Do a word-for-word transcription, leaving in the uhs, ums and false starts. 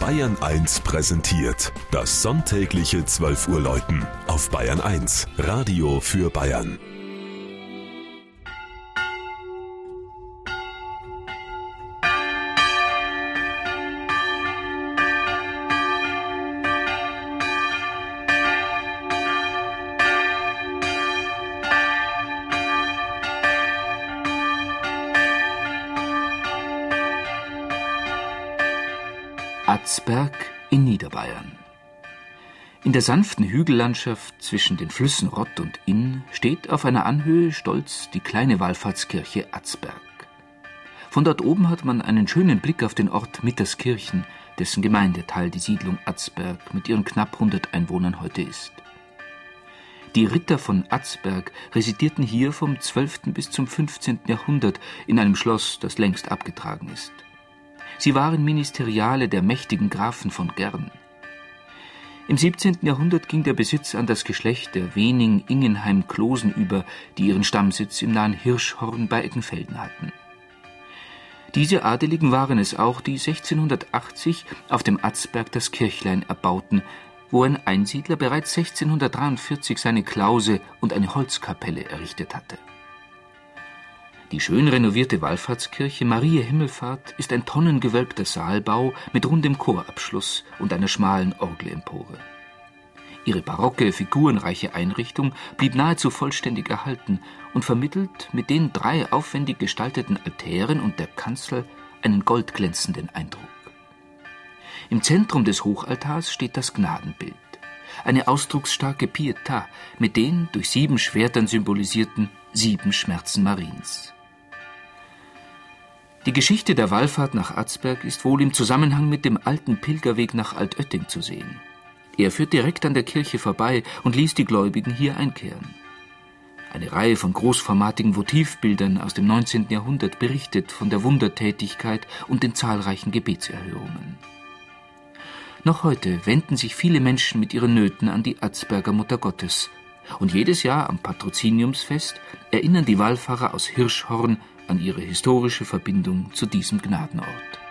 Bayern eins präsentiert das sonntägliche zwölf Uhr Läuten auf Bayern eins, Radio für Bayern. Atzberg in Niederbayern. In der sanften Hügellandschaft zwischen den Flüssen Rott und Inn steht auf einer Anhöhe stolz die kleine Wallfahrtskirche Atzberg. Von dort oben hat man einen schönen Blick auf den Ort Mitterskirchen, dessen Gemeindeteil die Siedlung Atzberg mit ihren knapp hundert Einwohnern heute ist. Die Ritter von Atzberg residierten hier vom zwölften bis zum fünfzehnten Jahrhundert in einem Schloss, das längst abgetragen ist. Sie waren Ministeriale der mächtigen Grafen von Gern. Im siebzehnten Jahrhundert ging der Besitz an das Geschlecht der Wening-Ingenheim-Klosen über, die ihren Stammsitz im nahen Hirschhorn bei Eggenfelden hatten. Diese Adeligen waren es auch, die sechzehnhundertachtzig auf dem Atzberg das Kirchlein erbauten, wo ein Einsiedler bereits sechzehnhundertdreiundvierzig seine Klause und eine Holzkapelle errichtet hatte. Die schön renovierte Wallfahrtskirche Mariä Himmelfahrt ist ein tonnengewölbter Saalbau mit rundem Chorabschluss und einer schmalen Orgelempore. Ihre barocke, figurenreiche Einrichtung blieb nahezu vollständig erhalten und vermittelt mit den drei aufwendig gestalteten Altären und der Kanzel einen goldglänzenden Eindruck. Im Zentrum des Hochaltars steht das Gnadenbild, eine ausdrucksstarke Pietà mit den durch sieben Schwertern symbolisierten sieben Schmerzen Mariens. Die Geschichte der Wallfahrt nach Atzberg ist wohl im Zusammenhang mit dem alten Pilgerweg nach Altötting zu sehen. Er führt direkt an der Kirche vorbei und ließ die Gläubigen hier einkehren. Eine Reihe von großformatigen Votivbildern aus dem neunzehnten Jahrhundert berichtet von der Wundertätigkeit und den zahlreichen Gebetserhörungen. Noch heute wenden sich viele Menschen mit ihren Nöten an die Atzberger Mutter Gottes. Und jedes Jahr am Patroziniumsfest erinnern die Wallfahrer aus Hirschhorn an ihre historische Verbindung zu diesem Gnadenort.